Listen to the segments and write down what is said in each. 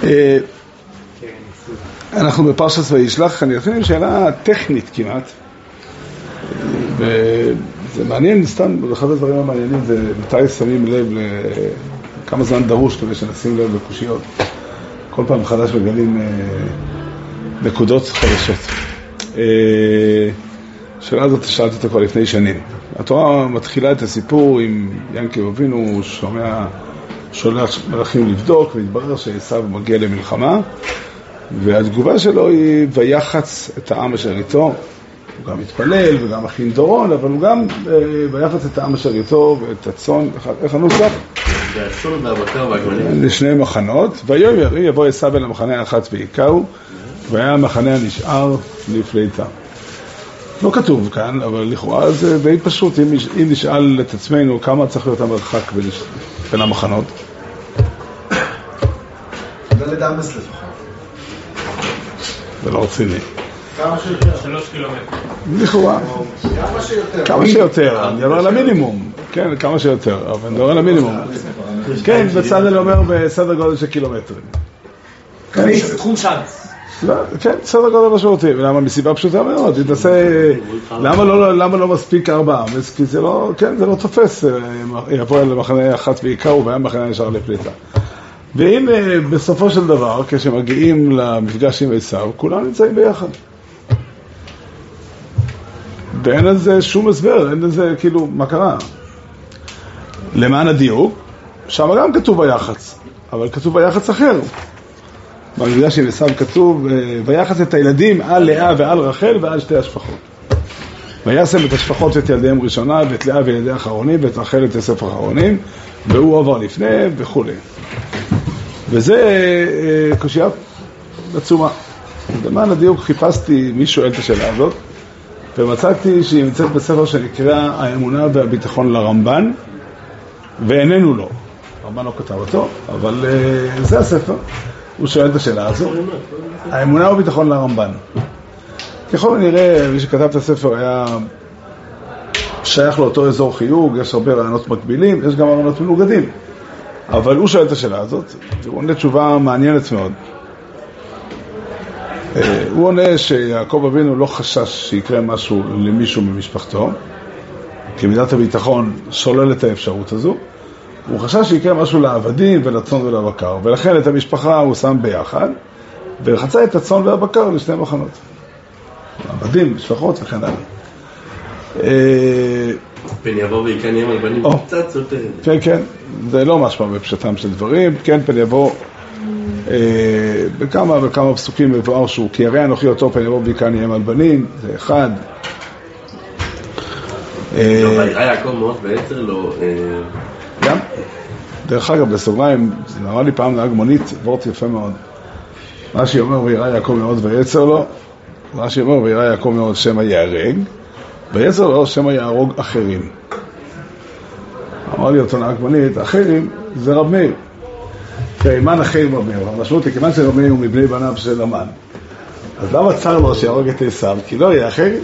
אנחנו בפרשת וישלח, אני אתחיל עם שאלה טכנית כמעט, וזה מעניין, סתם, אחד הדברים המעניינים זה מתי שמים לב לכמה זמן דרוש כדי שנשים לב לקושיות. כל פעם מחדש מגלים נקודות חדשות. השאלה הזאת שאלתי אותה כבר לפני שנים. התורה מתחילה את הסיפור עם יעקב אבינו, הוא שולח מלאכים לבדוק, והתברר שעשיו מגיע למלחמה, והתגובה שלו היא ויחץ את העם אשר איתו. הוא גם מתפלל וגם מכין דורון, אבל הוא גם ויחץ את העם אשר איתו ואת הצאן. איך הנוסח? והצאן והבקר והגמלים. לשני מחנות, ויאמר יבוא עשיו אל המחנה האחת והיכהו, והיה המחנה הנשאר לפליטה. לא כתוב כאן, אבל לכאורה זה די פשוט. אם נשאל את עצמנו כמה צריך להיות המרחק בין המחנות. זה לדאמס לפחות. זה לא רציני. כמה שיותר. 3 קילומטר. לכאורה. כמה שיותר. כמה שיותר, אני מדבר על המינימום. כן, כמה שיותר, אבל אני מדבר על המינימום. כן, בצלאל אומר בסדר גודל של קילומטרים. תחום שץ. כן, סדר גודל משמעותי. למה? מסיבה פשוטה מאוד. למה לא מספיק 4? כי זה לא תופס. יבוא אל המחנה אחת והיכהו, והיה המחנה נשאר לפליטה. והנה, בסופו של דבר, כשמגיעים למפגש עם עשיו, כולם נמצאים ביחד. ואין לזה שום הסבר, אין לזה כאילו, מה קרה? למען הדיוק, שם גם כתוב היחץ, אבל כתוב היחץ אחר. במפגש עם עשיו כתוב, ויחץ את הילדים על לאה ועל רחל ועל שתי השפחות. וישם את השפחות ואת ילדיהם ראשונה, ואת לאה וילדי האחרונים, ואת רחל את יוסף האחרונים, והוא עבר לפני וכו'. וזה קושייה עצומה. למען הדיוק חיפשתי מי שואל את השאלה הזאת, ומצאתי שהיא נמצאת בספר שנקרא האמונה והביטחון לרמב"ן, ואיננו לו. הרמב"ן לא כתב אותו, אבל זה הספר. הוא שואל את השאלה הזו. האמונה והביטחון לרמב"ן. ככל הנראה, מי שכתב את הספר היה שייך לאותו אזור חיוג, יש הרבה רעיונות מקבילים, יש גם רעיונות מנוגדים. אבל הוא שואל את השאלה הזאת, והוא עונה תשובה מעניינת מאוד. הוא עונה שיעקב אבינו לא חשש שיקרה משהו למישהו ממשפחתו, כי מידת הביטחון שולל את האפשרות הזו. הוא חשש שיקרה משהו לעבדים ולצאן ולבקר, ולכן את המשפחה הוא שם ביחד, וחצה את הצאן והבקר לשני מחנות. עבדים, משפחות וכן הלאה. פן יבוא ויקן ים על בנים קצת סותר. כן, כן, זה לא משמע בפשטם של דברים. כן, פן יבוא בכמה וכמה פסוקים מבואר שהוא כי ירא אנוכי אותו פן יבוא ויקן ים על בנים, זה אחד. וירא יעקב מאוד ויצר לו. גם, דרך אגב, בסוגריים, זה נראה לי פעם נהג מונית, וורט יפה מאוד. מה שאומר וירא יעקב מאוד ויצר לו, מה שאומר וירא יעקב מאוד שמא יהרג, ויצר לו שמא יהרוג אחרים. אמר לי אותו נהג מונית, אחרים זה רב מאיר. כאימן אחרים רב מאיר, המשמעות היא כיוון שרב מאיר הוא מבני בניו של המן. אז למה צר לו שיהרוג את עשיו? כי לא יהיה אחרים.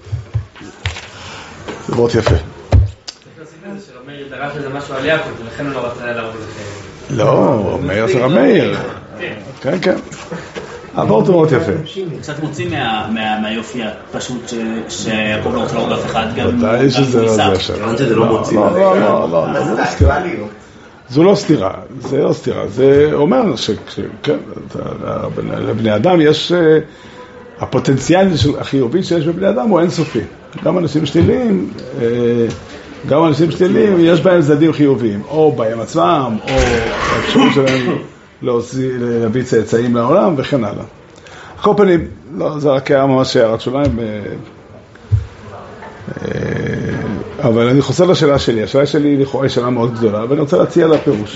זה מאוד יפה. שרב מאיר דרש לזה משהו על יעקב, ולכן הוא לא רצה להרוג אחרים. לא, רב מאיר זה רב מאיר. כן, כן. עברת מאוד יפה. קצת מוצאים מהיופי הפשוט שיעקב לא רוצה להרוג אף אחד, גם ודאי שזה לא זה עכשיו. זה לא מוצאים. לא, זה לא סתירה. זו לא סתירה, זה לא סתירה. זה אומר שלבני אדם יש, הפוטנציאל החיובי שיש בבני אדם הוא אינסופי. גם אנשים שליליים, יש בהם צדדים חיוביים, או בהם עצמם, או האפשרות שלהם להביא צאצאים לעולם וכן הלאה. כל פנים, לא, זה רק היה ממש הערת שוליים, אבל אני חוזר לשאלה שלי. השאלה שלי לכאורה היא שאלה מאוד גדולה, ואני רוצה להציע לה פירוש.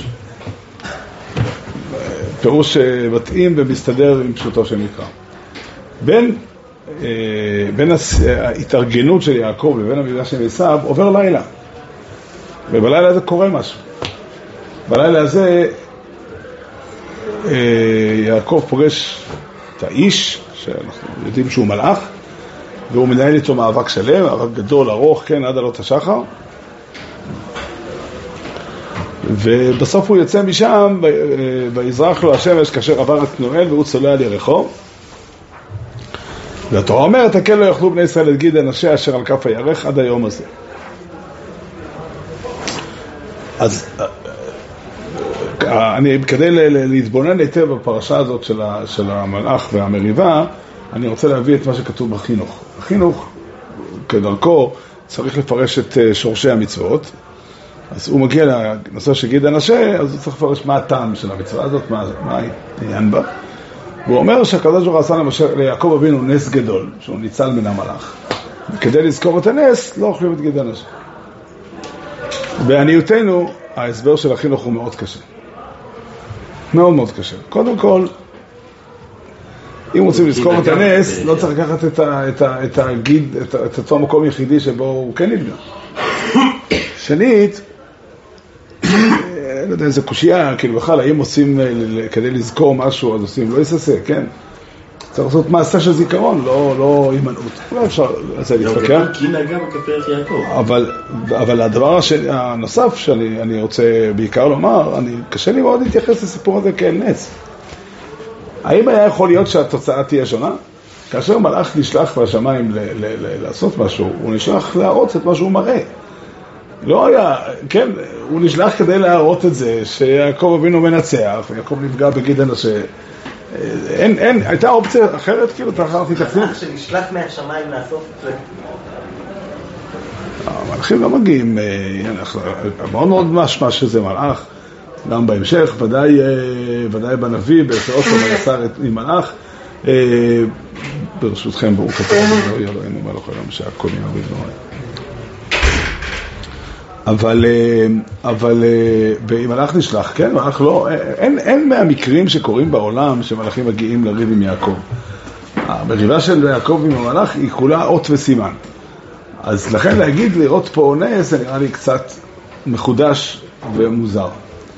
פירוש מתאים ומסתדר עם פשוטו שנקרא. בין ההתארגנות של יעקב לבין המפגש עם עשיו עובר לילה. ובלילה הזה קורה משהו. בלילה הזה יעקב פוגש את האיש, שאנחנו יודעים שהוא מלאך, והוא מנהל איתו מאבק שלם, מאבק גדול, ארוך, כן, עד עלות השחר. ובסוף הוא יוצא משם, ויזרח לו השמש כאשר עבר את פנואל והוא צולע על ירחו. והתורה אומרת, הקל לא יאכלו בני ישראל את גיד אנשי אשר על כף הירך עד היום הזה. אז כדי להתבונן היטב בפרשה הזאת של המלאך והמריבה, אני רוצה להביא את מה שכתוב בחינוך. החינוך, כדרכו, צריך לפרש את שורשי המצוות. אז הוא מגיע לנושא של גיד אנשי, אז הוא צריך לפרש מה הטעם של המצווה הזאת, מה העניין בה. והוא אומר שהקדוש ברוך הוא עשה ליעקב אבינו נס גדול, שהוא ניצל מן המלאך. וכדי לזכור את הנס, לא אוכלים את גיד אנשי. בעניותנו, ההסבר של החינוך הוא מאוד קשה. מאוד מאוד קשה. קודם כל, אם רוצים לזכור את הנס, לא צריך לקחת את הגיד, את אותו מקום יחידי שבו הוא כן נפגע. שנית, לא יודע, איזה קושייה, כאילו בכלל, האם עושים כדי לזכור משהו, אז עושים, לא יססה, כן? צריך לעשות מעשה של זיכרון, לא הימנעות. אולי אפשר להתפקר. כי נגע בכפרת יעקב. אבל הדבר הנוסף שאני רוצה בעיקר לומר, קשה לי מאוד להתייחס לסיפור הזה כאל נס. האם היה יכול להיות שהתוצאה תהיה שונה? כאשר מלאך נשלח בשמיים לעשות משהו, הוא נשלח להראות את מה שהוא מראה. לא היה, כן, הוא נשלח כדי להראות את זה, שיעקב אבינו מנצח, ויעקב נפגע בגיד אנשי. הייתה אופציה אחרת, כאילו, אתה אחר תתייחסים? מלאך שנשלח מהשמיים לעשות את זה. המלאכים לא מגיעים, מאוד מאוד משמע שזה מלאך, גם בהמשך, ודאי בנביא, בעשרות ויצר עם מלאך. ברשותכם, ברוך אתה, לא יהיה אלוהינו מלך העולם שהכל יהיה בדברו. אבל במלאך נשלח, כן, מלאך לא, אין מהמקרים שקורים בעולם שמלאכים מגיעים לריב עם יעקב. המריבה של יעקב עם המלאך היא כולה אות וסימן. אז לכן להגיד לראות פה נס, זה נראה לי קצת מחודש ומוזר.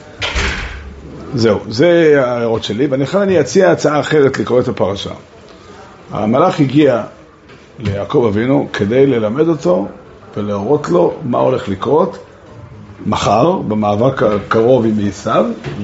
זהו, זה ההערות שלי, ולכן אני אציע הצעה אחרת לקרוא את הפרשה. המלאך הגיע ליעקב אבינו כדי ללמד אותו ולהראות לו מה הולך לקרות מחר במאבק הקרוב עם עשיו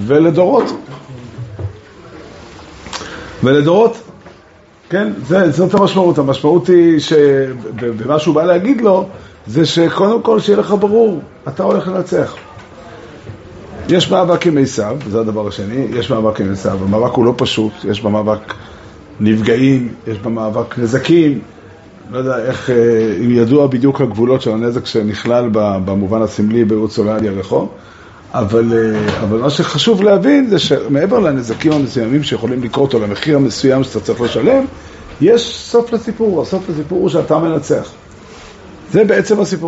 ולדורות. כן, זאת המשמעות. המשמעות היא שבמה שהוא בא להגיד לו זה שקודם כל שיהיה לך ברור, אתה הולך לנצח. יש מאבק עם עשיו, זה הדבר השני, יש מאבק עם עשיו, המאבק הוא לא פשוט, יש במאבק נפגעים, יש במאבק נזקים, לא יודע איך, אם ידוע בדיוק הגבולות של הנזק שנכלל במובן הסמלי והוא צולע על ירחו, אבל מה שחשוב להבין זה שמעבר לנזקים המסוימים שיכולים לקרות או למחיר המסוים שאתה צריך לשלם, יש סוף לסיפור, הסוף לסיפור הוא שאתה מנצח. זה בעצם הסיפור.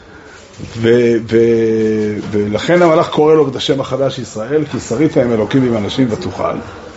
ולכן המלאך קורא לו את השם החדש ישראל, כי שרית עם אלוקים עם אנשים ותוכל.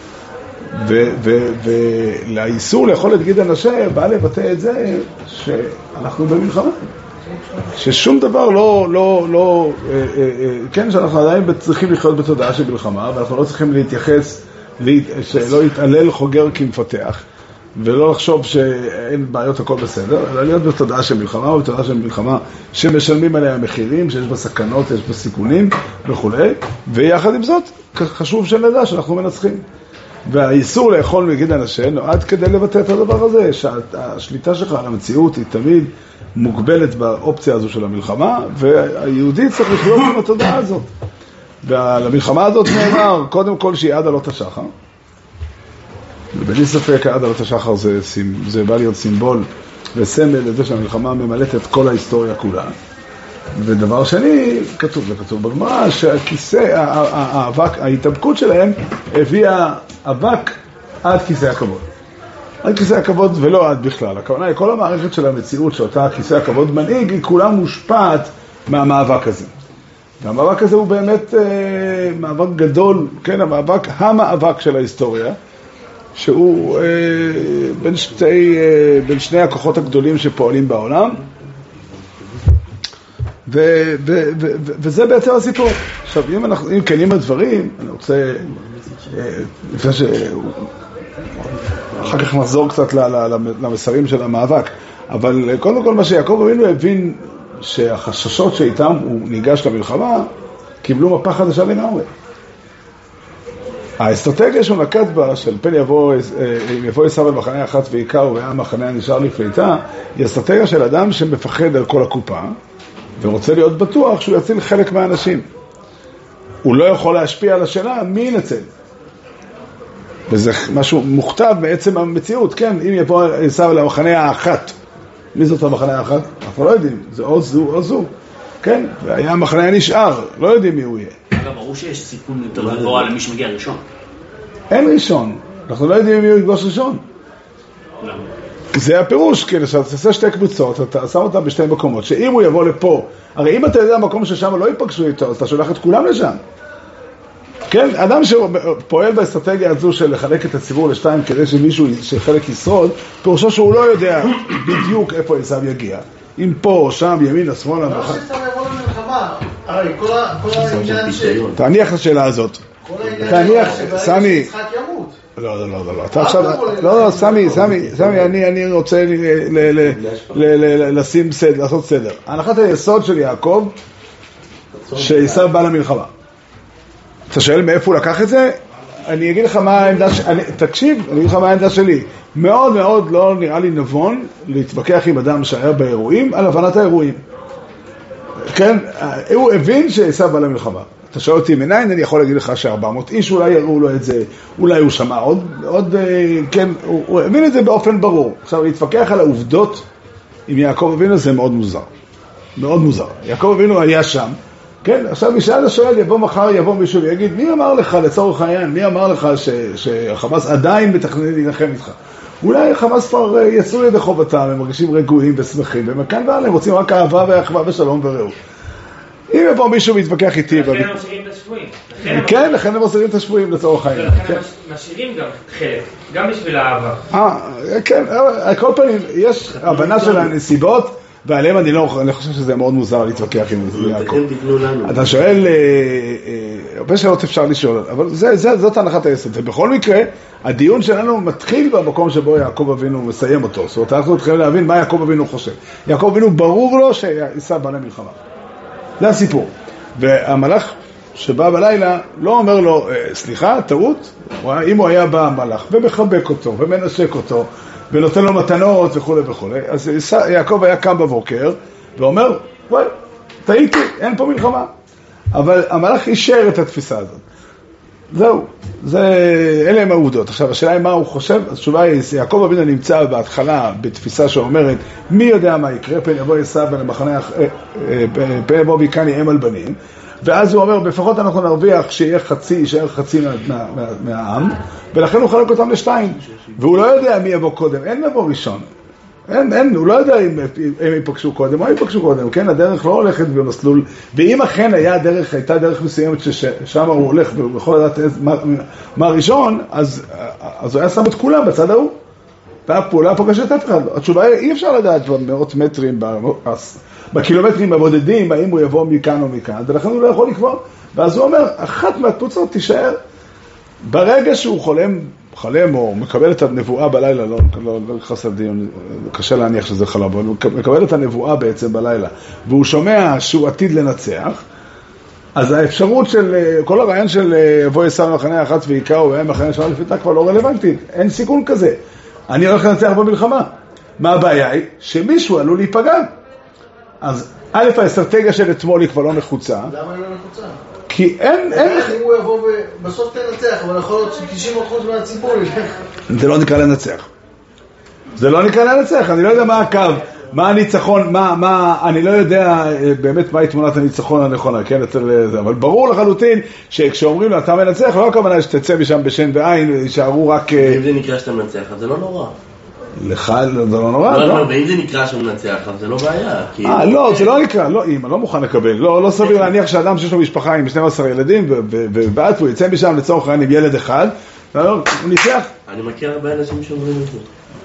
ולאיסור לאכול את גיד אנשי בא לבטא את זה שאנחנו במלחמה, ששום דבר לא כן, שאנחנו עדיין צריכים לחיות בתודעה של מלחמה, ואנחנו לא צריכים להתייחס שלא יתעלל חוגר כמפתח ולא לחשוב שאין בעיות, הכל בסדר, אלא להיות בתודעה של מלחמה, ובתודעה של מלחמה שמשלמים עליה מחירים, שיש בה סכנות, יש בה סיכונים וכו'. ויחד עם זאת חשוב שנדע שאנחנו מנצחים. והאיסור לאכול מגיד אנשי נועד כדי לבטא את הדבר הזה, שהשליטה שלך על המציאות היא תמיד מוגבלת באופציה הזו של המלחמה, והיהודי צריך לחיות עם התודעה הזאת. ולמלחמה הזאת נאמר, קודם כל שהיא עד עלות השחר. ובלי ספק עד עלות השחר זה בא להיות סימבול וסמל לזה שהמלחמה ממלאת את כל ההיסטוריה כולה. ודבר שני, זה כתוב בגמרא, שהכיסא, האבק, ההתאבקות שלהם הביאה אבק עד כיסא הכבוד. עד כיסא הכבוד ולא עד בכלל. הכוונה היא כל המערכת של המציאות שאותה כיסא הכבוד מנהיג, היא כולה מושפעת מהמאבק הזה. והמאבק הזה הוא באמת מאבק גדול, כן, המאבק של ההיסטוריה, שהוא בין שני הכוחות הגדולים שפועלים בעולם, וזה בעצם הסיפור. עכשיו, אם קיימים הדברים, אני רוצה, לפני אחר כך נחזור קצת למסרים של המאבק, אבל קודם כל מה שיעקב אבינו הבין שהחששות שאיתם הוא ניגש למלחמה, קיבלו מפה חדשה לגמרי. האסטרטגיה שהוא נקט בה, של פן יבוא עשיו אל מחנה אחת ועיקר והמחנה הנשאר לפליטה, היא אסטרטגיה של אדם שמפחד על כל הקופה, ורוצה להיות בטוח שהוא יציל חלק מהאנשים. הוא לא יכול להשפיע על השאלה מי ינצל. וזה משהו מוכתב בעצם המציאות, כן, אם יבוא עשיו למחנה האחת, מי זאת המחנה האחת? אנחנו לא יודעים, זה או זו או זו, כן, והיה המחנה הנשאר, לא יודעים מי הוא יהיה. אגב, ברור שיש סיכון יותר גבוה למי שמגיע ראשון. אין ראשון, אנחנו לא יודעים מי הוא יפגוש ראשון. למה? זה הפירוש, כאילו, שאתה עושה שתי קבוצות, אתה שם אותם בשתי מקומות, שאם הוא יבוא לפה, הרי אם אתה יודע המקום ששם לא ייפגשו איתו, אז אתה שולח את כולם לשם. כן, אדם שפועל באסטרטגיה הזו של לחלק את הציבור לשתיים כדי שמישהו, שחלק ישרוד, פירושו שהוא לא יודע בדיוק איפה עשיו יגיע. אם פה, שם, ימינה, שמאלה, לא שעשיו יבוא למלחמה, הרי כל העניין תניח את השאלה הזאת. כל העניין שברגע שיצחק ימות. לא, אתה עכשיו, לא, סמי, אני רוצה לשים סדר, לעשות סדר. הנחת היסוד של יעקב, שעשיו בא למלחמה. אתה שואל מאיפה הוא לקח את זה? אני אגיד לך מה העמדה, תקשיב, אני אגיד לך מה העמדה שלי. מאוד מאוד לא נראה לי נבון להתווכח עם אדם שהיה באירועים על הבנת האירועים. כן, הוא הבין שעשיו בא למלחמה. אתה שואל אותי מניין, אני יכול להגיד לך ש400 איש אולי יראו לו את זה, אולי הוא שמע עוד, כן, הוא הבין את זה באופן ברור. עכשיו, להתווכח על העובדות עם יעקב אבינו זה מאוד מוזר. מאוד מוזר. יעקב אבינו היה שם, כן, עכשיו משאל השואל, יבוא מחר, יבוא מישהו ויגיד, מי אמר לך לצורך העניין, מי אמר לך שהחמאס עדיין מתכנן להילחם איתך? אולי החמאס כבר יצאו לידי חובתם, הם מרגישים רגועים ושמחים, ומכאן ועלה, הם רוצים רק אהבה ואחווה ושלום ורעו. אם יבוא מישהו מתווכח איתי... לכן הם משאירים את השבויים. כן, לכן הם משאירים את השבויים לצורך העניין. ולכן הם משאירים גם חלק, גם בשביל האהבה. כן, על כל פנים, יש הבנה של הנסיבות, ועליהם אני חושב שזה מאוד מוזר להתווכח עם יעקב. אתה שואל, הרבה שאלות אפשר לשאול, אבל זאת הנחת היסוד. ובכל מקרה, הדיון שלנו מתחיל במקום שבו יעקב אבינו מסיים אותו. זאת אומרת, אנחנו צריכים להבין מה יעקב אבינו חושב. יעקב אבינו ברור לו שעשיו בא למלחמה. זה הסיפור. והמלאך שבא בלילה לא אומר לו, סליחה, טעות. אם הוא היה בא המלאך ומחבק אותו ומנשק אותו, ונותן לו מתנות וכו' וכו'. אז יעקב היה קם בבוקר ואומר, וואי, טעיתי, אין פה מלחמה. אבל המלאך אישר את התפיסה הזאת. זהו, אלה הם העובדות. עכשיו, השאלה היא מה הוא חושב. התשובה היא, יעקב אבינו נמצא בהתחלה בתפיסה שאומרת, מי יודע מה יקרה, פן יבוא עשיו ולמחנה, פן יבוא ויקני אם על בנים. ואז הוא אומר, בפחות אנחנו נרוויח שיהיה חצי מהעם, ולכן הוא חלק אותם לשתיים. והוא לא יודע מי יבוא קודם, אין יבוא ראשון. אין, הוא לא יודע אם הם ייפגשו קודם או ייפגשו קודם, כן? הדרך לא הולכת במסלול, ואם אכן הייתה דרך מסוימת ששם הוא הולך ובכל לדעת מה ראשון, אז הוא היה שם את כולם בצד ההוא. והוא לא פוגש את אף אחד. התשובה היא, אי אפשר לדעת במאות מטרים, בקילומטרים הבודדים, האם הוא יבוא מכאן או מכאן, ולכן הוא לא יכול לקבוע. ואז הוא אומר, אחת מהקבוצות תישאר. ברגע שהוא חלם או מקבל את הנבואה בלילה, לא נכנס לדיון, קשה להניח שזה חלם, אבל הוא מקבל את הנבואה בעצם בלילה, והוא שומע שהוא עתיד לנצח, אז האפשרות של, כל הרעיון של יבוא עשיו למחנה אחת ועיקר, והיה מחנה שנה לפליטה כבר לא רלוונטי, אין סיכון כזה. אני הולך לנצח במלחמה. מה הבעיה היא? שמישהו עלול להיפגע. אז א', האסטרטגיה של אתמול היא כבר לא נחוצה. למה היא לא נחוצה? כי אין... אם הוא יבוא ובסוף תנצח, אבל יכול להיות ש90% מהציבור ילך. זה לא נקרא לנצח. זה לא נקרא לנצח. אני לא יודע מה הקו, מה הניצחון, אני לא יודע באמת מהי תמונת הניצחון הנכונה, כן? אבל ברור לחלוטין שכשאומרים לו אתה מנצח, לא הכוונה שתצא משם בשן ועין, יישארו רק... אם זה נקרא שאתה מנצח, אז זה לא נורא. לך זה לא נורא? לא, ואם זה נקרא שהוא מנצח, אז זה לא בעיה. לא, זה לא נקרא, לא, אמא, לא מוכן לקבל. לא סביר להניח שאדם שיש לו משפחה עם 12 ילדים, ובאת הוא יצא משם לצורך העניין עם ילד אחד, הוא ניצח. אני מכיר הרבה אנשים שאומרים את זה.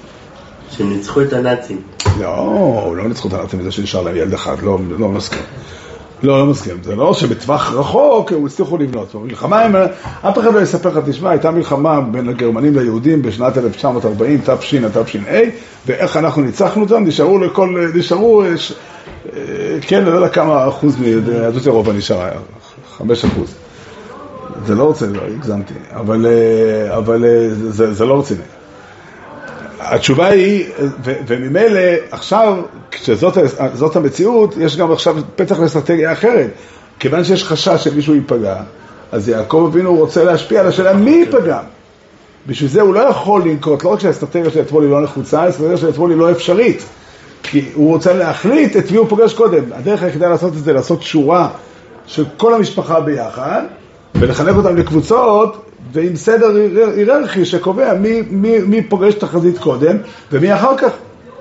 שהם ניצחו את הנאצים. לא ניצחו את הנאצים, זה שנשאר להם ילד אחד, לא מסכים. לא מסכים. זה לא שבטווח רחוק הוא הצליחו לבנות. מלחמה, אף אחד לא יספר לך, תשמע, הייתה מלחמה בין הגרמנים ליהודים בשנת 1940, תש"ע, ואיך אנחנו ניצחנו אותם, נשארו, כן, לא יודע כמה אחוז מיהדות אירופה נשארה, 5%. זה לא רציני, הגזמתי, אבל זה לא רציני. התשובה היא, וממילא עכשיו, כשזאת המציאות, יש גם עכשיו פתח לאסטרטגיה אחרת. כיוון שיש חשש שמישהו ייפגע, אז יעקב אבינו רוצה להשפיע על השאלה מי ייפגע. בשביל זה הוא לא יכול לנקוט, לא רק שהאסטרטגיה של אתמול היא לא נחוצה, האסטרטגיה של אתמול היא לא אפשרית. כי הוא רוצה להחליט את מי הוא פוגש קודם. הדרך היחידה לעשות את זה, לעשות שורה של כל המשפחה ביחד, ולחלק אותם לקבוצות, ועם סדר היררכי שקובע מי פוגש את החזית קודם, ומי אחר כך.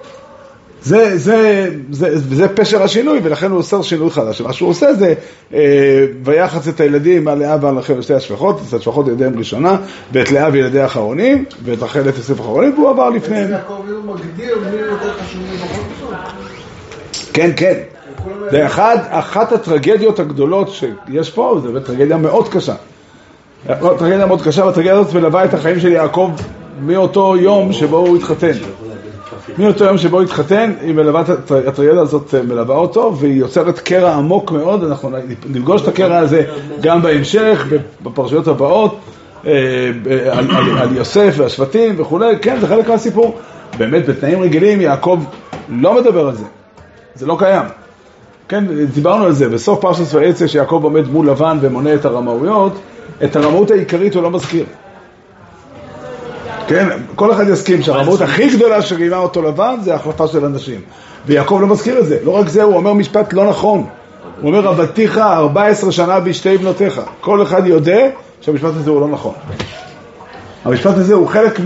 זה פשר השינוי, ולכן הוא עושה שינוי חדש. מה שהוא עושה זה, ויחץ את הילדים על לאה ועל רחל ושתי השפחות, את השפחות ילדיהם ראשונה, ואת לאה וילדי האחרונים, ואת רחל את יוסף האחרונים, והוא עבר לפניהם. יעקב הוא מגדיר מי יותר חשוב מבחור פשוט. כן, כן. זה אחת הטרגדיות הגדולות שיש פה, זה טרגדיה מאוד קשה. טרגדיה מאוד קשה, והטרגדיה הזאת מלווה את החיים של יעקב מאותו יום שבו הוא התחתן. מאותו יום שבו הוא התחתן, הטרגדיה הזאת מלווה אותו, והיא יוצרת קרע עמוק מאוד. אנחנו נפגוש את הקרע הזה גם בהמשך, בפרשיות הבאות, על יוסף והשבטים וכו'. כן, זה חלק מהסיפור. באמת, בתנאים רגילים, יעקב לא מדבר על זה. זה לא קיים. כן, דיברנו על זה. בסוף פרשת ויצא שיעקב עומד מול לבן ומונה את הרמאויות, את הרמאות העיקרית הוא לא מזכיר. כן, כל אחד יסכים שהרמאות הכי גדולה שרימה אותו לבן זה ההחלפה של אנשים. ויעקב לא מזכיר את זה. לא רק זה, הוא אומר משפט לא נכון. הוא אומר, עבדתיך 14 שנה בשתי בנותיך. כל אחד יודע שהמשפט הזה הוא לא נכון. המשפט הזה הוא חלק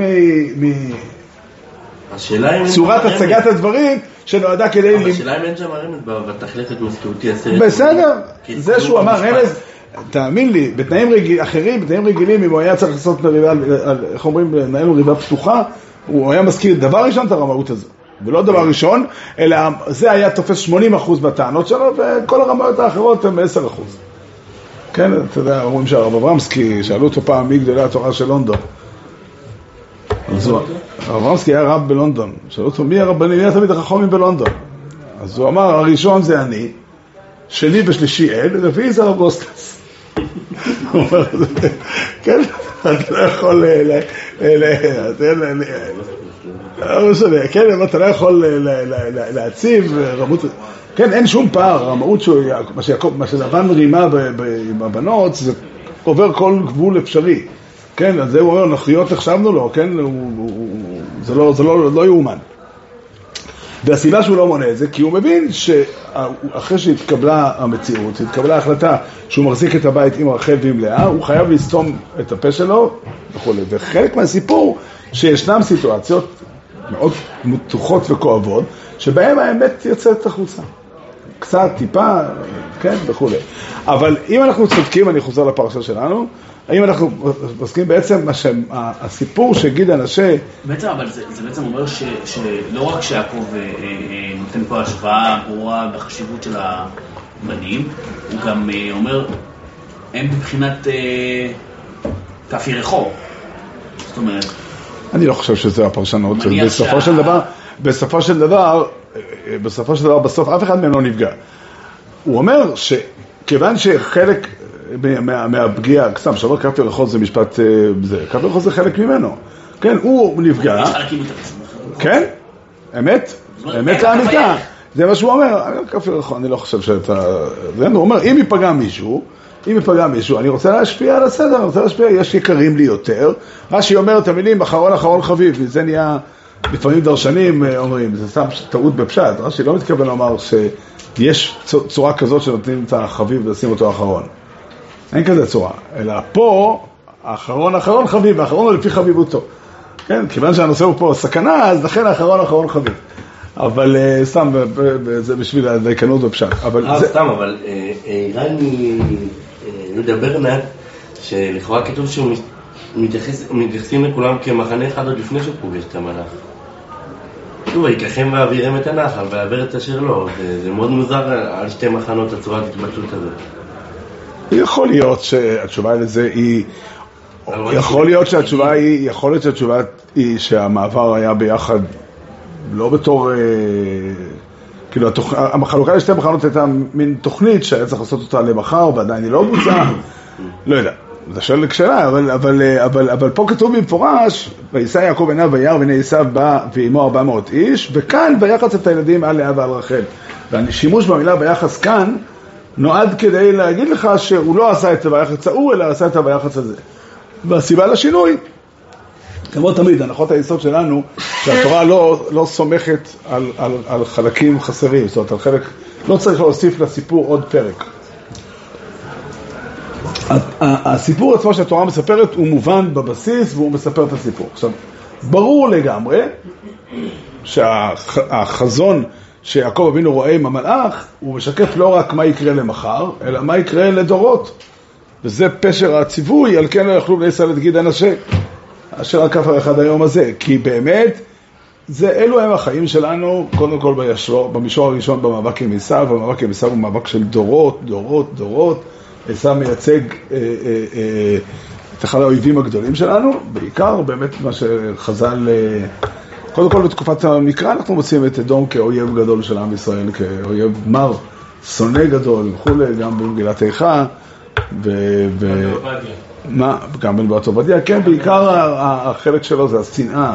צורת הצגת הדברים שנועדה כדי... אבל השאלה אם אין שם הרמת בתחלפת מזכירותי הסרט. בסדר, זה שהוא אמר, תאמין לי, בתנאים אחרים, בתנאים רגילים, אם הוא היה צריך לעשות מריבה, איך אומרים, לנהל מריבה פתוחה, הוא היה מזכיר דבר ראשון את הרמאות הזו, ולא דבר ראשון, אלא זה היה תופס 80% בטענות שלו, וכל הרמאות האחרות הם 10%. כן, אתה יודע, אומרים שהרב אברמסקי, שאלו אותו פעם מי גדולי התורה של לונדון. הרב אברמסקי היה רב בלונדון, שאלו אותו מי הרבנים, מי התלמיד החכמים בלונדון. אז הוא אמר, הראשון זה אני, שני ושלישי אל, רביעי זה הרב גוסטס. הוא אומר, כן, אתה לא יכול, כן, אתה לא יכול להציב רמות, כן, אין שום פער, רמאות מה שלבן רימה בבנות, זה עובר כל גבול אפשרי. כן, אז זה הוא אומר, נחיות החשבנו לו, כן, זה לא יאומן. והסיבה שהוא לא מונה את זה, כי הוא מבין שאחרי שהתקבלה המציאות, התקבלה ההחלטה שהוא מחזיק את הבית עם רחל ועם לאה, הוא חייב לסתום את הפה שלו וכו'. וחלק מהסיפור שישנם סיטואציות מאוד מתוחות וכואבות, שבהם האמת יוצאת החוצה. קצת, טיפה, כן, וכו'. אבל אם אנחנו צודקים, אני חוזר לפרשה שלנו, האם אנחנו עוסקים בעצם הסיפור שגיד אנשי... בעצם, אבל זה בעצם אומר שלא רק שיעקב נותן פה השוואה ברורה בחשיבות של הבנים, הוא גם אומר, הם מבחינת כף ירחו. זאת אומרת... אני לא חושב שזה הפרשנות. בסופו של דבר, בסוף אף אחד מהם לא נפגע. הוא אומר שכיוון שחלק... מהפגיעה, סתם, שאומר כף ירחו זה משפט, כף ירחו זה חלק ממנו. כן, הוא נפגע. כן, אמת לאמיתה. זה מה שהוא אומר, כף ירחו, אני לא חושב שאתה... הוא אומר, אם ייפגע מישהו, אני רוצה להשפיע על הסדר, אני רוצה להשפיע, יש יקרים לי יותר. רש"י אומר את המילים, אחרון חביב, וזה נהיה, לפעמים דרשנים אומרים, זה סתם טעות בפשט. רש"י לא מתכוון לומר שיש צורה כזאת שנותנים את החביב ולשים אותו אחרון. אין כזה צורה, אלא פה, האחרון חביב, האחרון הוא לפי חביבותו. כן, כיוון שהנושא הוא פה סכנה, אז לכן האחרון חביב. אבל סתם, זה בשביל הדייקנות בפשט. סתם, אבל איראני יהודה ברנד, שלכאורה כתוב שהוא מתייחסים לכולם כמחנה אחד עוד לפני שהוא פוגש את המלאך. שוב, ויקחם ואווירם את הנחל, ועבר את אשר לו. זה מאוד מוזר על שתי מחנות, הצורת התבטאות הזאת. יכול להיות שהתשובה לזה היא, יכול להיות שהתשובה היא שהמעבר היה ביחד, לא בתור כאילו, החלוקה לשתי מחנות הייתה מין תוכנית שהיה צריך לעשות אותה למחר, ועדיין היא לא בוצעה, לא יודע. זה שואל כשאלה, אבל פה כתוב במפורש, וישא יעקב עיניו וירא והנה עשיו בא ועמו 400 איש, וכאן ויחס את הילדים על לאה ועל רחל. והשימוש במילה ויחס כאן, נועד כדי להגיד לך שהוא לא עשה את היחס ההוא, אלא עשה את היחס הזה. והסיבה לשינוי, כמו תמיד, הנחות היסוד שלנו, שהתורה לא סומכת על חלקים חסרים, זאת אומרת, על חלק, לא צריך להוסיף לסיפור עוד פרק. הסיפור עצמו שהתורה מספרת הוא מובן בבסיס והוא מספר את הסיפור. עכשיו, ברור לגמרי שהחזון שיעקב אבינו רואה עם המלאך הוא משקף לא רק מה יקרה למחר, אלא מה יקרה לדורות. וזה פשר הציווי, על כן לא יוכלו בני ישראל את גיד אנשי אשר עקף אחד היום הזה. כי באמת, אלו הם החיים שלנו, קודם כל במישור הראשון במאבק עם עשיו, והמאבק עם עשיו הוא מאבק של דורות, דורות, דורות. עשיו מייצג את אחד האויבים הגדולים שלנו, בעיקר באמת מה שחז"ל, קודם כל בתקופת המקרא אנחנו מוצאים את אדום כאויב גדול של עם ישראל, כאויב מר, שונא גדול, וכולי, גם במגילת איכה, גם בנבואת עובדיה, כן, בעיקר החלק שלו זה השנאה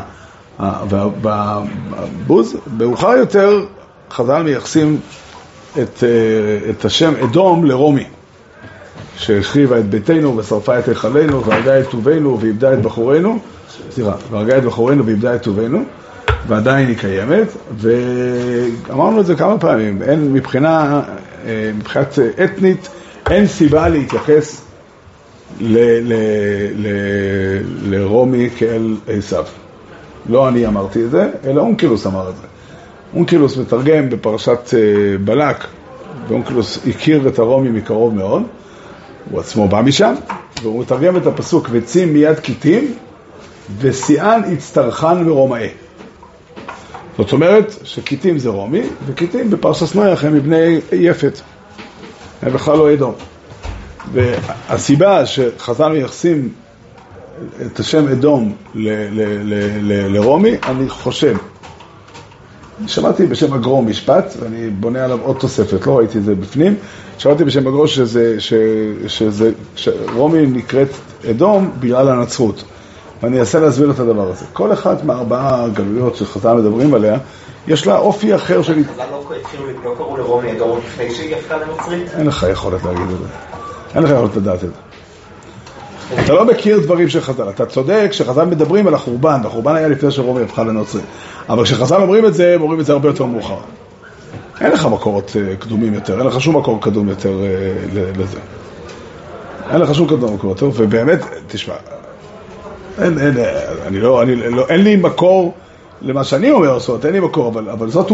והבוז. מאוחר יותר חז"ל מייחסים את השם אדום לרומי, שהחריבה את ביתנו ושרפה את היכלנו והרגה את טובנו ואיבדה את בחורנו, והרגה את בחורנו ואיבדה את טובנו, ועדיין היא קיימת. ואמרנו את זה כמה פעמים, מבחינת אתנית אין סיבה להתייחס לרומי כאל עשיו. לא אני אמרתי את זה, אלא אונקלוס אמר את זה. אונקלוס מתרגם בפרשת בלק, ואונקלוס הכיר את הרומי מקרוב מאוד, הוא עצמו בא משם, והוא מתרגם את הפסוק וצים מיד כיתים ושיאן הצטרחן ורומאי. זאת אומרת שכיתים זה רומי, וכיתים בפרשת נוח הם מבני יפת, הם בכלל לא אדום. והסיבה שחז"ל מייחסים את השם אדום לרומי, אני חושב, שמעתי בשם הגרו משפט, ואני בונה עליו עוד תוספת, לא ראיתי את זה בפנים, שמעתי בשם הגרו שרומי נקראת אדום בגלל הנצרות. ואני אנסה להסביר את הדבר הזה. כל אחד מהארבעה גלויות שחז"ל מדברים עליה, יש לה אופי אחר של... חז"ל לא קראו לרומי אדום לפני שהיא הפכה לנוצרית? אין לך יכולת להגיד את זה. אין לך יכולת לדעת את זה. אתה לא מכיר דברים של חז"ל. אתה צודק שחז"ל מדברים על החורבן, והחורבן היה לפני שרומי הפכה לנוצרית. אבל כשחז"ל אומרים את זה הרבה יותר מאוחר. אין לך מקורות קדומים יותר, אין לך שום מקור קדום יותר לזה. אין לך שום קדום מקור יותר, ובאמת, תשמע, אין לי מקור למה שאני אומר, אין לי מקור, אבל זאת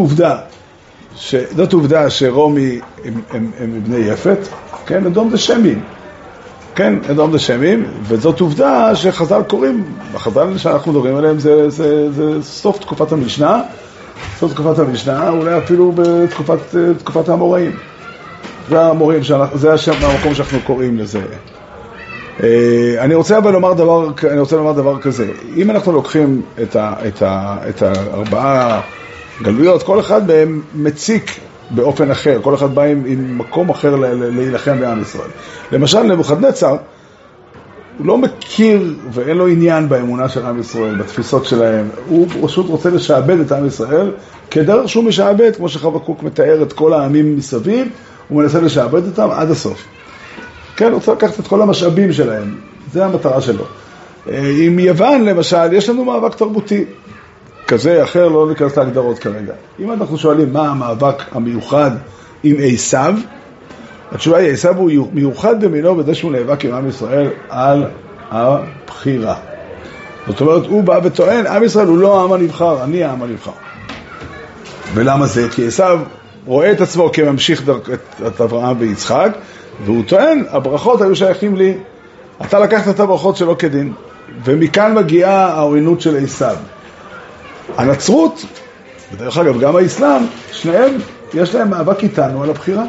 עובדה שרומי הם בני יפת, כן, אדום זה שמים. כן, אדום זה שמים, וזאת עובדה שחז"ל קוראים, החז"ל שאנחנו מדברים עליהם זה סוף תקופת המשנה, אולי אפילו בתקופת האמוראים. זה המקום שאנחנו קוראים לזה. אני רוצה לומר דבר כזה, אם אנחנו לוקחים את הארבעה גלויות, כל אחד מהם מציק באופן אחר, כל אחד בא עם מקום אחר להילחם בעם ישראל. למשל, נבוכדנצר, הוא לא מכיר ואין לו עניין באמונה של עם ישראל, בתפיסות שלהם. הוא פשוט רוצה לשעבד את עם ישראל, כדרך שהוא משעבד, כמו שחבקוק מתאר את כל העמים מסביב, הוא מנסה לשעבד אותם עד הסוף. כן, הוא רוצה לקחת את כל המשאבים שלהם, זה המטרה שלו. עם יוון, למשל, יש לנו מאבק תרבותי. כזה אחר, לא ניכנס להגדרות כרגע. אם אנחנו שואלים מה המאבק המיוחד עם עשיו, התשובה היא, עשיו הוא מיוחד במינו בזה שהוא נאבק עם עם ישראל על הבחירה. זאת אומרת, הוא בא וטוען, עם ישראל הוא לא העם הנבחר, אני העם הנבחר. ולמה זה? כי עשיו רואה את עצמו כממשיך את אברהם ויצחק, והוא טוען, הברכות היו שייכים לי, אתה לקחת את הברכות שלא כדין, ומכאן מגיעה העוינות של עשיו. הנצרות, בדרך אגב גם האסלאם, שניהם יש להם מאבק איתנו על הבחירה.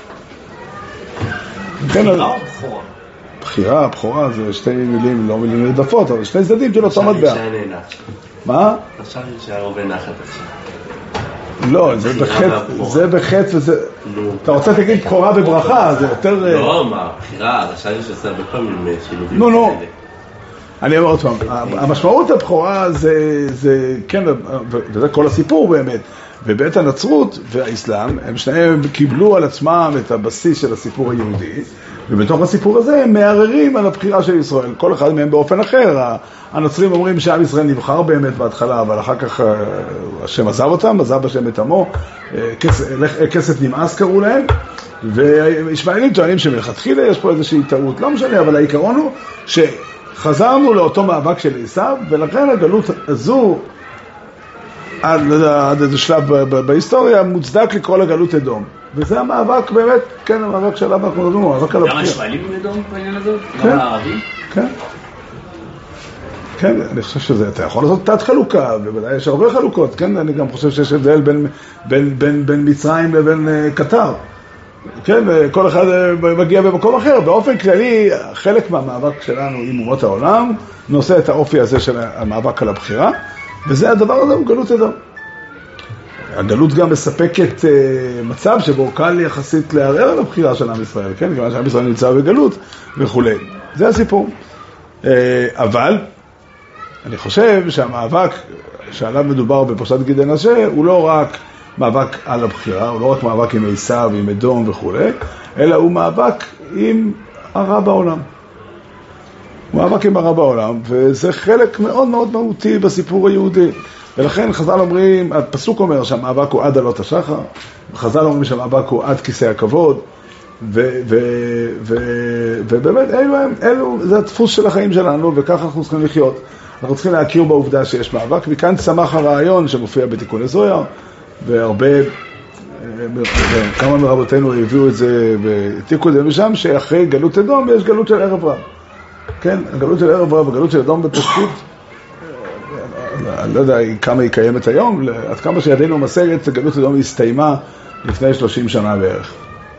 בחירה, בחורה זה שתי מילים, לא מילים נרדפות, אבל שני צדדים של אותו מטבע. מה? עכשיו שהרבה נחת עכשיו. לא, זה בחטא וזה... אתה רוצה להגיד בחורה בברכה, זה יותר... לא, מה, הבחירה, הרשעים שעושה הרבה פעמים שילובים. נו. אני אומר עוד פעם, המשמעות הבכורה זה, כן, וזה כל הסיפור באמת, ובעת הנצרות והאסלאם, הם שניהם קיבלו על עצמם את הבסיס של הסיפור היהודי, ובתוך הסיפור הזה הם מערערים על הבחירה של ישראל, כל אחד מהם באופן אחר. הנוצרים אומרים שעם ישראל נבחר באמת בהתחלה, אבל אחר כך השם עזב אותם, עזב השם את עמו, כסף נמאס קראו להם, וישמעאלים טוענים שמלכתחילה יש פה איזושהי טעות, לא משנה, אבל העיקרון הוא שחזרנו לאותו מאבק של עשיו, ולכן הגלות הזו, עד איזה שלב בהיסטוריה, מוצדק לקרוא לגלות אדום. וזה המאבק באמת, כן, המאבק שעליו אנחנו מדברים, המאבק על הבחירה. גם הישראלים אדום בעניין הזה? גם הערבים? כן. כן, אני חושב שזה, אתה יכול לעשות תת חלוקה, ובוודאי יש הרבה חלוקות, כן, אני גם חושב שיש הבדל בין מצרים לבין קטר. כן, כל אחד מגיע במקום אחר. באופן כללי, חלק מהמאבק שלנו עם אומות העולם, נושא את האופי הזה של המאבק על הבחירה, וזה הדבר הזה, הוא גלות אדום. הגלות גם מספקת מצב שבו קל יחסית לערער על הבחירה של עם ישראל, כן? כיוון שעם ישראל נמצא בגלות וכו'. זה הסיפור. אבל אני חושב שהמאבק שעליו מדובר בפרשת גידי מנשה הוא לא רק מאבק על הבחירה, הוא לא רק מאבק עם עשיו, עם אדום וכו', אלא הוא מאבק עם הרע בעולם. מאבק עם הרע בעולם, וזה חלק מאוד מאוד מהותי בסיפור היהודי. ולכן חז"ל אומרים, הפסוק אומר שהמאבק הוא עד עלות השחר, וחז"ל אומרים שהמאבק הוא עד כיסא הכבוד, ובאמת אלו זה הדפוס של החיים שלנו, וככה אנחנו צריכים לחיות. אנחנו צריכים להכיר בעובדה שיש מאבק, וכאן צמח הרעיון שמופיע בתיקוני זוהר, והרבה, כמה מרבותינו הביאו את זה והעתיקו את זה משם, שאחרי גלות אדום יש גלות של ערב רב. כן, הגלות של ערב רב, הגלות של אדום בפשטות, אני לא יודע כמה היא קיימת היום, עד כמה שידינו משגת, גלות אדום הסתיימה לפני 30 שנה בערך.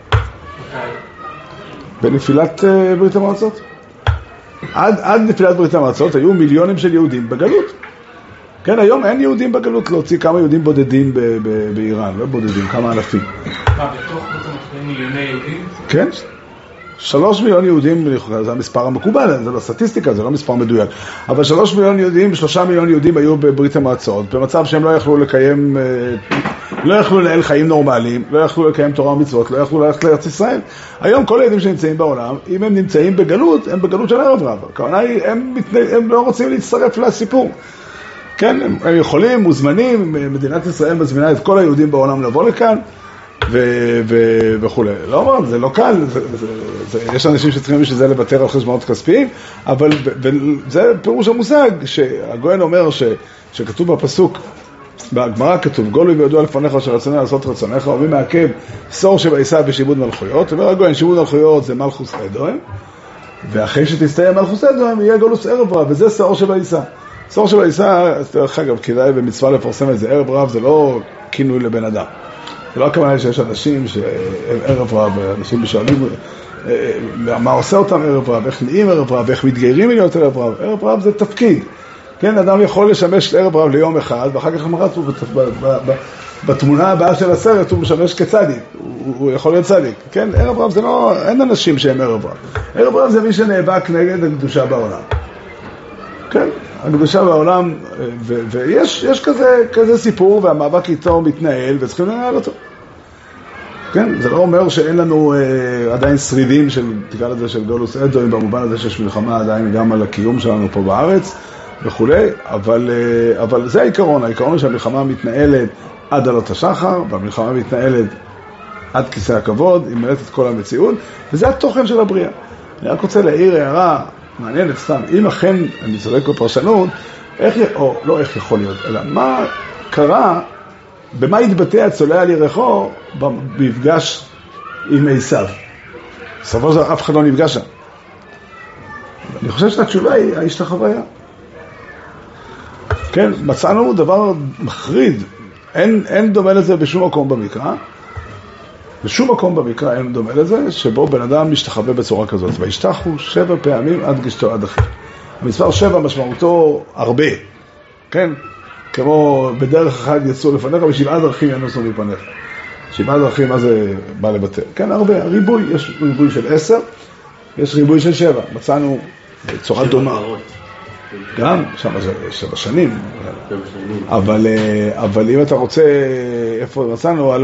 בנפילת ברית המועצות. עד נפילת ברית המועצות היו מיליונים של יהודים בגלות. כן, היום אין יהודים בגלות, להוציא כמה יהודים בודדים באיראן, לא בודדים, כמה אלפים. מה, בתוך מיליוני יהודים? כן, 3 מיליון יהודים, זה המספר המקובל, זה לא סטטיסטיקה, זה לא מספר מדויק, אבל 3 מיליון יהודים, 3 מיליון יהודים היו בברית המועצות, במצב שהם לא יכלו לקיים, לא יכלו לנהל חיים נורמליים, לא יכלו לקיים תורה ומצוות, לא יכלו ללכת לארץ ישראל. היום כל היהודים שנמצאים בעולם, אם הם נמצאים בגלות, הם בגלות של ערב רב. הכוונה היא, הם לא רוצים להצטרף לסיפור. כן, הם יכולים, מוזמנים, מדינת ישראל מזמינה את כל היהודים בעולם לבוא לכאן, וכו'. לא אומר, זה לא קל, יש אנשים שצריכים בשביל זה לוותר על חשבונות כספיים, אבל זה פירוש המושג, שהגויין אומר שכתוב בפסוק, בגמרא כתוב, גולוי וידוע לפניך שרצונה לעשות רצונך, ומי מעכב סור שבעשיו בשיבוד מלכויות, אומר הגויין, שיבוד מלכויות זה מלכוס אדום, ואחרי שתסתיים מלכוס אדום יהיה גולוס ערב רב, וזה סור שבעשיו. סור שבעשיו, דרך אגב, כדאי במצווה לפרסם את זה, ערב רב זה לא כינוי לבן אדם. זה לא הכוונה שיש אנשים שהם ערב רב, אנשים משואלים מה עושה אותם ערב רב, איך נהיים ערב רב, איך מתגיירים להיות ערב רב. ערב רב זה תפקיד. כן, אדם יכול לשמש ערב רב ליום אחד, ואחר כך למחרת בתמונה הבאה של הסרט הוא משמש כצדיק, הוא יכול להיות צדיק. כן, ערב רב זה לא, אין אנשים שהם ערב רב. ערב רב זה מי שנאבק נגד הקדושה בעולם. כן, הקדושה בעולם, ויש כזה סיפור, והמאבק איתו מתנהל, וצריכים לנהל אותו. כן, זה לא אומר שאין לנו עדיין שרידים של, תקרא לזה, של גולוס אדום, במובן הזה שיש מלחמה עדיין גם על הקיום שלנו פה בארץ, וכו', אבל זה העיקרון הוא שהמלחמה מתנהלת עד עלות השחר, והמלחמה מתנהלת עד כיסא הכבוד, היא מלאת את כל המציאות, וזה התוכן של הבריאה. אני רק רוצה להעיר הערה, מעניינת סתם, אם אכן אני צודק בפרשנות, או לא איך יכול להיות, אלא מה קרה, במה התבטא הצולע על ירחו במפגש עם עשיו. בסופו של דבר אף אחד לא נפגש שם. אני חושב שהתשובה היא האיש לחוויה. כן, מצאנו דבר מחריד, אין דומה לזה בשום מקום במקרא, בשום מקום במקרא אין דומה לזה, שבו בן אדם משתחווה בצורה כזאת. וישתחו 7 פעמים עד גשתו עד אחי. המספר 7 משמעותו הרבה, כן? כמו בדרך אחת יצאו לפניך, ו7 דרכים ינוסו מפניך. 7 דרכים, מה זה בא לבטל? כן, הרבה. ריבוי, יש ריבוי של 10, יש ריבוי של 7. מצאנו בצורה דומה. גם, שם זה 7 שנים. אבל אם אתה רוצה, איפה מצאנו,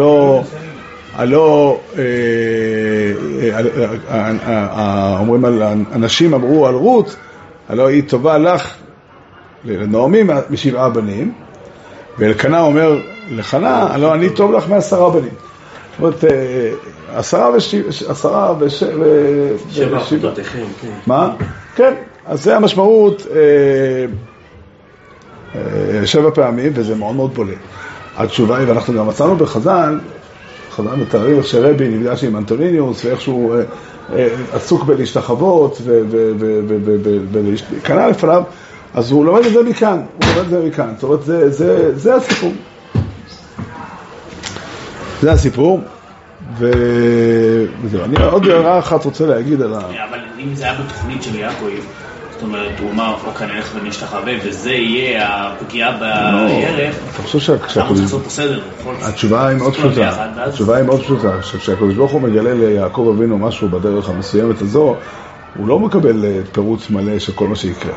אומרים על אנשים אמרו על רות, הלא היא טובה לך לנעמי מ7 בנים, ואלקנה אומר לחנה, הלא אני טוב לך מ10 בנים. זאת אומרת, 10 7 אחותותיכם, כן. מה? כן, אז זה המשמעות 7 פעמים, וזה מאוד מאוד בולט. התשובה היא, ואנחנו גם מצאנו בחז"ל מתאר שרבי נפגש עם אנטוניניוס, ואיכשהו עסוק בלהשתחוות, ולהיכנע לפניו, אז הוא לומד את זה מכאן, זאת אומרת, זה הסיפור. זה הסיפור, וזהו. אני עוד הערה אחת רוצה להגיד על אבל אם זה היה בתוכנית של יעקב, זאת אומרת, הוא אמר, אוקיי, נלך ונשתחווה, וזה יהיה הפגיעה בירף, אתה חושב התשובה היא מאוד פשוטה, כשהקדוש ברוך הוא מגלה ליעקב אבינו משהו בדרך המסוימת הזו, הוא לא מקבל פירוט מלא של כל מה שיקרה.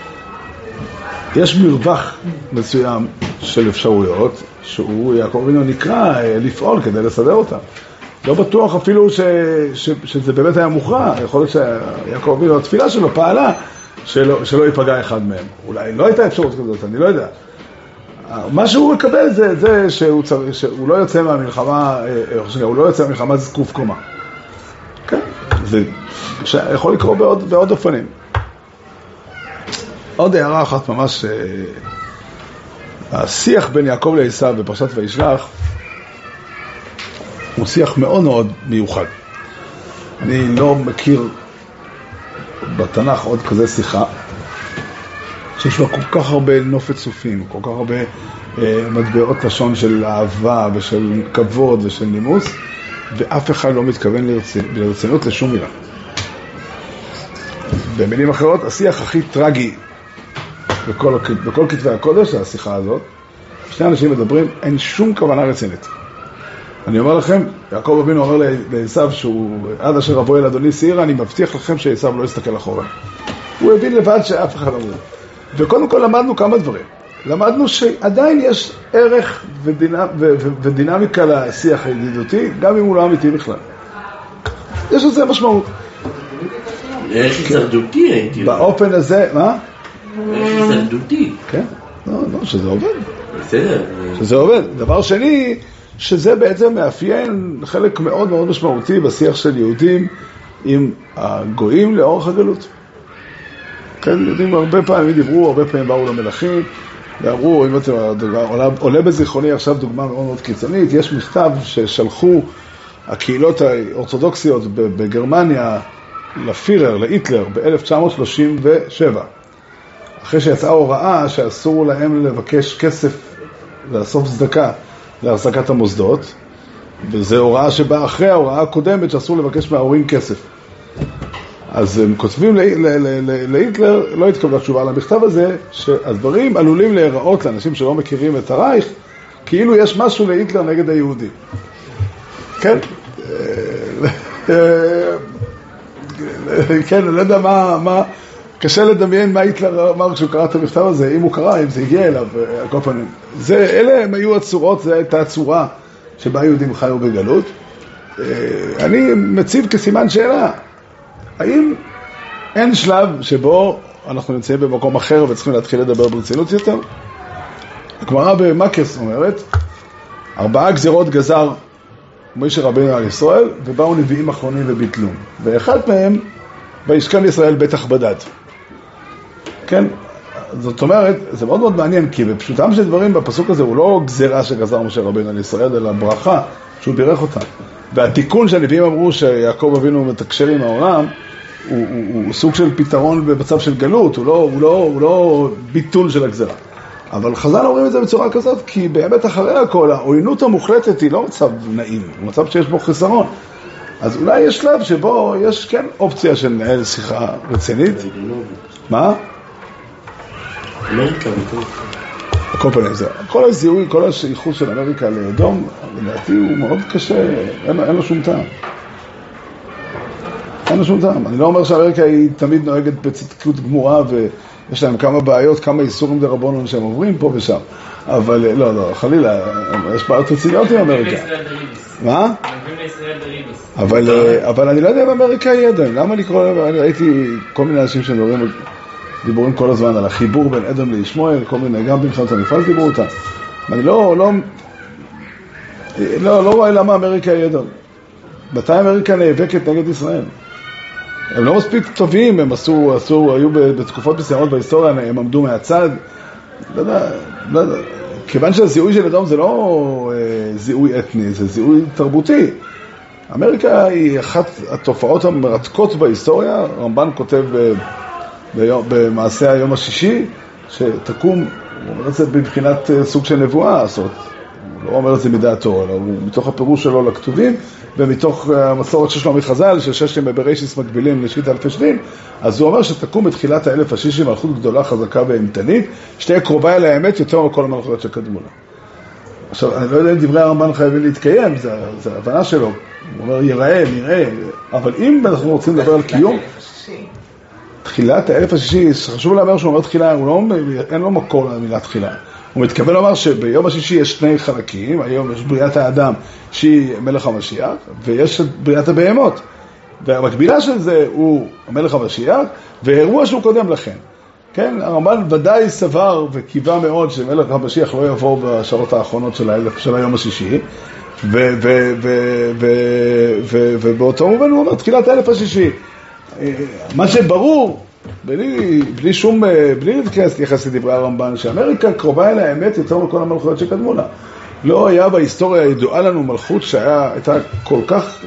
יש מרווח מסוים של אפשרויות, שהוא יעקב אבינו נקרא לפעול כדי לסדר אותם. לא בטוח אפילו שזה באמת היה מוכרע, יכול להיות שיעקב אבינו, התפילה שלו פעלה, שלא ייפגע אחד מהם. אולי לא הייתה אפשרות כזאת, אני לא יודע. מה שהוא מקבל זה שהוא לא יוצא מהמלחמה, הוא לא יוצא מהמלחמה זקוף קומה. כן, זה יכול לקרות בעוד אופנים. עוד הערה אחת ממש, השיח בין יעקב לעשיו בפרשת וישלח, הוא שיח מאוד מאוד מיוחד. אני לא מכיר בתנ"ך עוד כזה שיחה, שיש לה כל כך הרבה נופת סופים, כל כך הרבה מטבעות לשון של אהבה ושל כבוד ושל נימוס, ואף אחד לא מתכוון לרצינות לשום מילה. במילים אחרות, השיח הכי טרגי בכל כתבי הקודש, השיחה הזאת, שני אנשים מדברים, אין שום כוונה רצינית. אני אומר לכם, יעקב אבינו אומר לעשיו שהוא עד אשר אבוא אל אדוני שעירה, אני מבטיח לכם שעשיו לא יסתכל אחורה. הוא הבין לבד שאף אחד לא מבין. וקודם כל למדנו כמה דברים. למדנו שעדיין יש ערך ודינמיקה לשיח הידידותי, גם אם הוא לא אמיתי בכלל. יש לזה משמעות. ערך הישרדותי הייתי. באופן הזה, מה? ערך הישרדותי. כן, לא, שזה עובד. בסדר. שזה עובד. דבר שני, שזה בעצם מאפיין חלק מאוד מאוד משמעותי בשיח של יהודים עם הגויים לאורך הגלות. כן, יהודים הרבה פעמים דיברו, הרבה פעמים באו למלכים, ואמרו, אם אתם עולה בזיכרוני עכשיו דוגמה מאוד מאוד קיצונית, יש מכתב ששלחו הקהילות האורתודוקסיות בגרמניה לפירר, להיטלר, ב-1937, אחרי שיצאה הוראה שאסור להם לבקש כסף, לאסוף צדקה להחזקת המוסדות, וזו הוראה שבאה אחרי ההוראה הקודמת שאסור לבקש מההורים כסף. אז הם כותבים להיטלר, לא התקבלה תשובה על המכתב הזה, שהדברים עלולים להיראות לאנשים שלא מכירים את הרייך, כאילו יש משהו להיטלר נגד היהודים. כן? כן, אני לא יודע מה, קשה לדמיין מה היטלר אמר כשהוא קרא את המכתב הזה, אם הוא קרא, אם זה הגיע אליו, כל פנים. אלה הם היו הצורות, זו הייתה הצורה שבה היהודים חיו בגלות. אני מציב כסימן שאלה, האם אין שלב שבו אנחנו נמצאים במקום אחר וצריכים להתחיל לדבר ברצינות יותר? הגמרא במקס אומרת, 4 גזירות גזר משה רבינו על ישראל, ובאו נביאים אחרונים וביטלו. ואחד מהם, וישכן ישראל בית הכבדד. כן? זאת אומרת, זה מאוד מאוד מעניין, כי בפשוטם של דברים בפסוק הזה הוא לא גזירה שגזר משה רבינו על ישראל, אלא ברכה שהוא בירך אותה. והתיקון שהנביאים אמרו שיעקב אבינו מתקשר עם העולם, הוא סוג של פתרון במצב של גלות, הוא לא ביטול של הגזירה. אבל חז"ל אומרים את זה בצורה כזאת, כי באמת אחרי הכל, העוינות המוחלטת היא לא מצב נעים, הוא מצב שיש בו חיסרון. אז אולי יש שלב שבו יש כן אופציה של נהל שיחה רצינית. מה? אמריקה, הכל פנים זה. כל הזיהוי, כל השייכות של אמריקה לאדום, לדעתי הוא מאוד קשה, אין לו שום טעם. אין לו שום טעם. אני לא אומר שאמריקה היא תמיד נוהגת בצדקות גמורה, ויש להם כמה בעיות, כמה איסורים דרבנן שהם עוברים פה ושם. אבל לא, חלילה, יש בעיות רציניות עם אמריקה. מה? אבל אני לא יודע אם אמריקה היא אדם. למה לקרוא, אני ראיתי כל מיני אנשים שמדברים דיבורים כל הזמן על החיבור בין אדם לישמעאל, כל מיני, גם במלחמת המפרץ דיברו אותה. אני לא רואה למה אמריקה היא אדם. מתי אמריקה נאבקת נגד ישראל? הם לא מספיק טובים, הם היו בתקופות מסוימות בהיסטוריה, הם עמדו מהצד. לא יודע. כיוון שהזיהוי של אדום זה לא זיהוי אתני, זה זיהוי תרבותי. אמריקה היא אחת התופעות המרתקות בהיסטוריה. רמב"ן כותב במעשה היום השישי, שתקום, הוא אומר את זה בבחינת סוג של נבואה, זאת אומרת, הוא לא אומר את זה מדעתו, אלא הוא מתוך הפירוש שלו לכתובים, ומתוך המסורת שיש לו מחז"ל, שששת ימי בראשיס מקבילים לשחית אלפי שנים, אז הוא אומר שתקום בתחילת האלף השישי מלכות גדולה, חזקה ואימתנית, שתהיה קרובה אל האמת יותר מכל המלכויות שקדמו לה. עכשיו, אני לא יודע אם דברי הרמב"ן חייבים להתקיים, זה הבנה שלו. הוא אומר, יראה, נראה, אבל אם אנחנו רוצים לדבר על קיום, תחילת האלף השישי, חשוב לאמר שהוא אומר תחילה, אין לו מקור למילה תחילה. הוא מתכוון לומר שביום השישי יש שני חלקים, היום יש בריאת האדם שהיא מלך המשיח, ויש בריאת הבהמות. והמקבילה של זה הוא המלך המשיח, והאירוע שהוא קודם לכן. כן, הרמב"ן ודאי סבר וקיווה מאוד שמלך המשיח לא יבוא בשעות האחרונות של היום השישי, ובאותו מובן הוא אומר תחילת האלף השישי. מה שברור, בלי להתייחס לדברי הרמב"ן, שאמריקה קרובה אל האמת יותר מכל המלכויות שקדמו לה. לא היה בהיסטוריה ידועה לנו מלכות שהייתה כל כך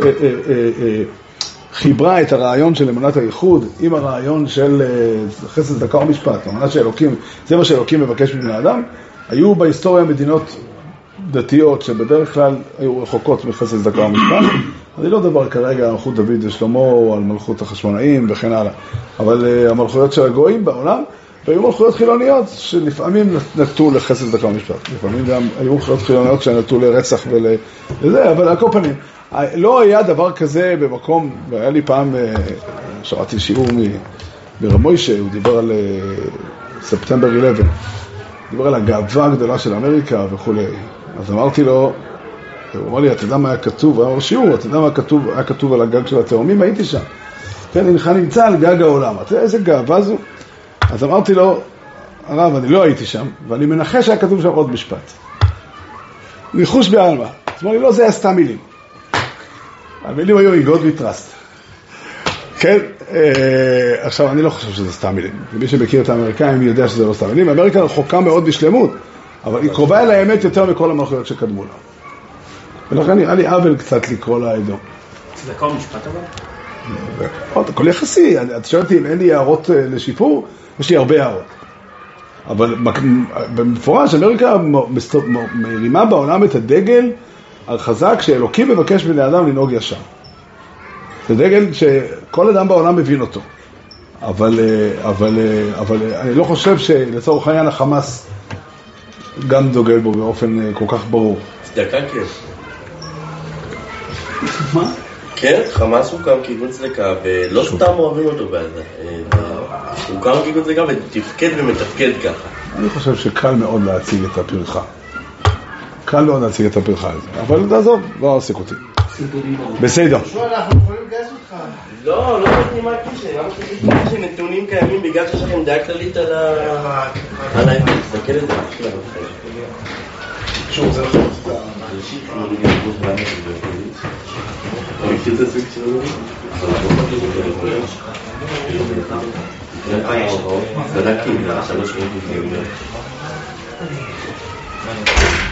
חיברה את הרעיון של אמונת הייחוד עם הרעיון של חסד צדקה ומשפט, אמונה שאלוקים, זה מה שאלוקים מבקש מבני אדם. היו בהיסטוריה מדינות דתיות שבדרך כלל היו רחוקות מחסד צדקה ומשפט. אני לא דבר כרגע על מלכות דוד ושלמה או על מלכות החשמונאים וכן הלאה, אבל המלכויות של הגויים בעולם, והיו מלכויות חילוניות שלפעמים נטו לחסד צדקה ומשפט, לפעמים גם היו מלכויות חילוניות שנטו לרצח ולזה, אבל על כל פנים לא היה דבר כזה במקום. והיה לי פעם, שמעתי שיעור ברב מוישה, הוא דיבר על ספטמבר 11, דיבר על הגאווה הגדולה של אמריקה וכו'. אז אמרתי לו, הוא אמר לי, אתה יודע מה היה כתוב? היה שיעור, אתה יודע מה היה כתוב על הגג של התאומים? הייתי שם. כן, הנך נמצא על גג העולם. אתה יודע איזה גאווה זו? אז אמרתי לו, הרב, אני לא הייתי שם, ואני מנחש שהיה כתוב שם עוד משפט. ניחוש בעלמא. אז אמר לי, לא, זה היה סתם מילים. המילים היו איגוד וטרסט. כן, עכשיו אני לא חושב שזה סתם מילים. ומי שמכיר את האמריקאים יודע שזה לא סתם מילים. אמריקה רחוקה מאוד בשלמות, אבל היא קרובה אל האמת יותר מכל המלכויות שקדמו לה. ולכן נראה לי עוול קצת לקרוא לה אדום. צדקה ומשפט אבל? הכל יחסי. את שואלתי אם אין לי הערות לשיפור, יש לי הרבה הערות. אבל במפורש אמריקה מרימה בעולם את הדגל על חזק שאלוקים מבקש בני אדם לנהוג ישר. זה דגל שכל אדם בעולם מבין אותו. אבל אני לא חושב שלצורך העניין החמאס גם דוגל בו באופן כל כך ברור. צדקה כן. מה? כן, חמאס הוא קם כארגון צדקה, ולא סתם אוהבים אותו בעזה. הוא קם כארגון צדקה ותפקד ומתפקד ככה. אני חושב שקל מאוד להציג את הפרחה. קל מאוד להציג את הפרחה הזאת. אבל תעזוב, לא עוסק אותי. בסדר. שואל, אנחנו יכולים לגייס אותך. לא יודעים מה הקשר. למה תגיד שנתונים קיימים בגלל שיש לכם דעה כללית על האמת? תסתכל את זה. שוב, זה נכון. אני מכיר את הסוג שלנו? צדקתי, 3 שנים.